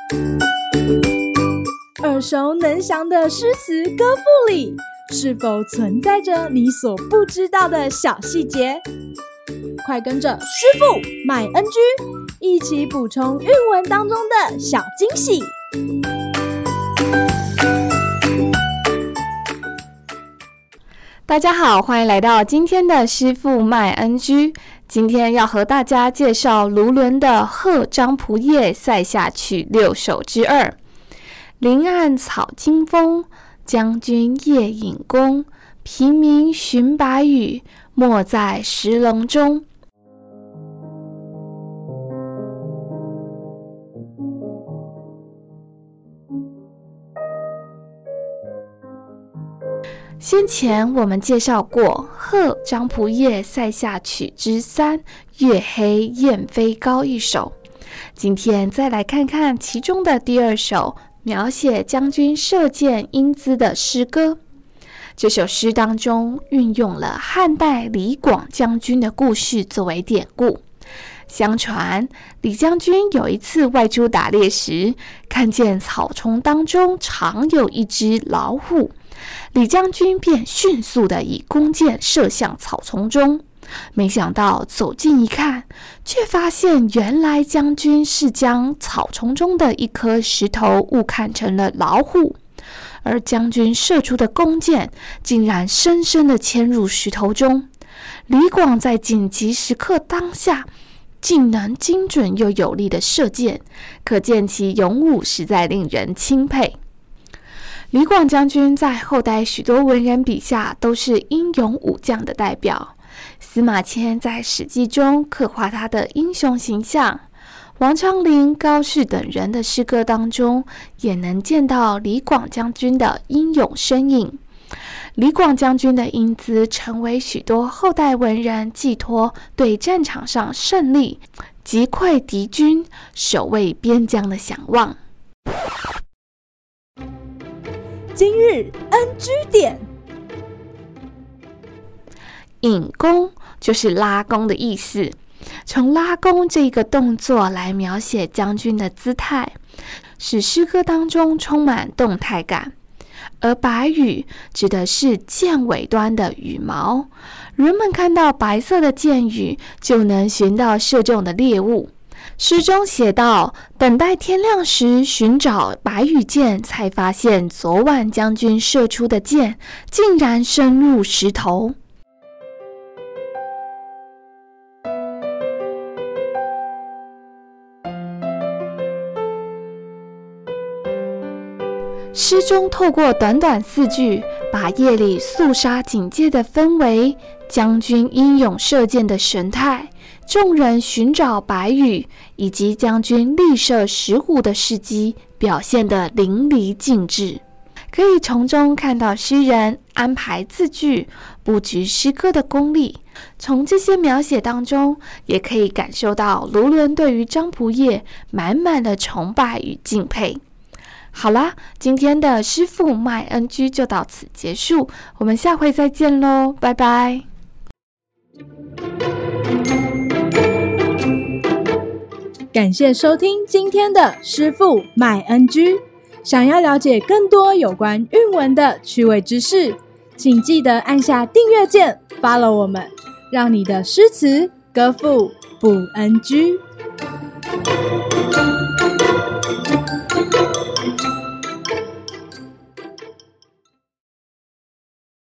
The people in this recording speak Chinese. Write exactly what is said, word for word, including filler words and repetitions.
耳熟能详的诗词歌赋里，是否存在着你所不知道的小细节？快跟着师傅麦恩居一起补充韵文当中的小惊喜。 大家好，欢迎来到今天的师傅麦恩居。今天要和大家介绍卢纶的《贺张仆夜塞下曲》六首之二。林暗草惊风，将军夜引弓。平明寻白羽，没在石棱中。先前我们介绍过《贺张仆夜塞下曲》之三月黑雁飞高一首，今天再来看看其中的第二首描写将军射箭英姿的诗歌。这首诗当中运用了汉代李广将军的故事作为典故。相传李将军有一次外出打猎时，看见草丛当中常有一只老虎，李将军便迅速地以弓箭射向草丛中，没想到走近一看，却发现原来将军是将草丛中的一颗石头误看成了老虎，而将军射出的弓箭竟然深深地嵌入石头中。李广在紧急时刻当下竟能精准又有力的射箭，可见其勇武实在令人钦佩。李广将军在后代许多文人笔下都是英勇武将的代表，司马迁在《史记》中刻画他的英雄形象，王昌龄、高适等人的诗歌当中也能见到李广将军的英勇身影。李广将军的英姿成为许多后代文人寄托对战场上胜利、击溃敌军、守卫边疆的想望。 今日 N G 点， 引弓就是拉弓的意思，从拉弓这个动作来描写将军的姿态，使诗歌当中充满动态感。而白羽指的是箭尾端的羽毛，人们看到白色的箭羽就能寻到射中的猎物。诗中写道，等待天亮时寻找白羽箭，才发现昨晚将军射出的箭竟然深入石头。诗中透过短短四句，把夜里肃杀警戒的氛围、将军英勇射箭的神态、众人寻找白羽以及将军力射石虎的事迹表现得淋漓尽致，可以从中看到诗人安排字句、布局诗歌的功力。从这些描写当中，也可以感受到卢纶对于张仆夜满满的崇拜与敬佩。好啦，今天的师傅麦恩居就到此结束，我们下回再见咯，拜拜。 感谢收听今天的师傅麦恩居。想要了解更多有关韵文的趣味知识，请记得按下订阅键 follow 我们，让你的诗词歌赋不 N G。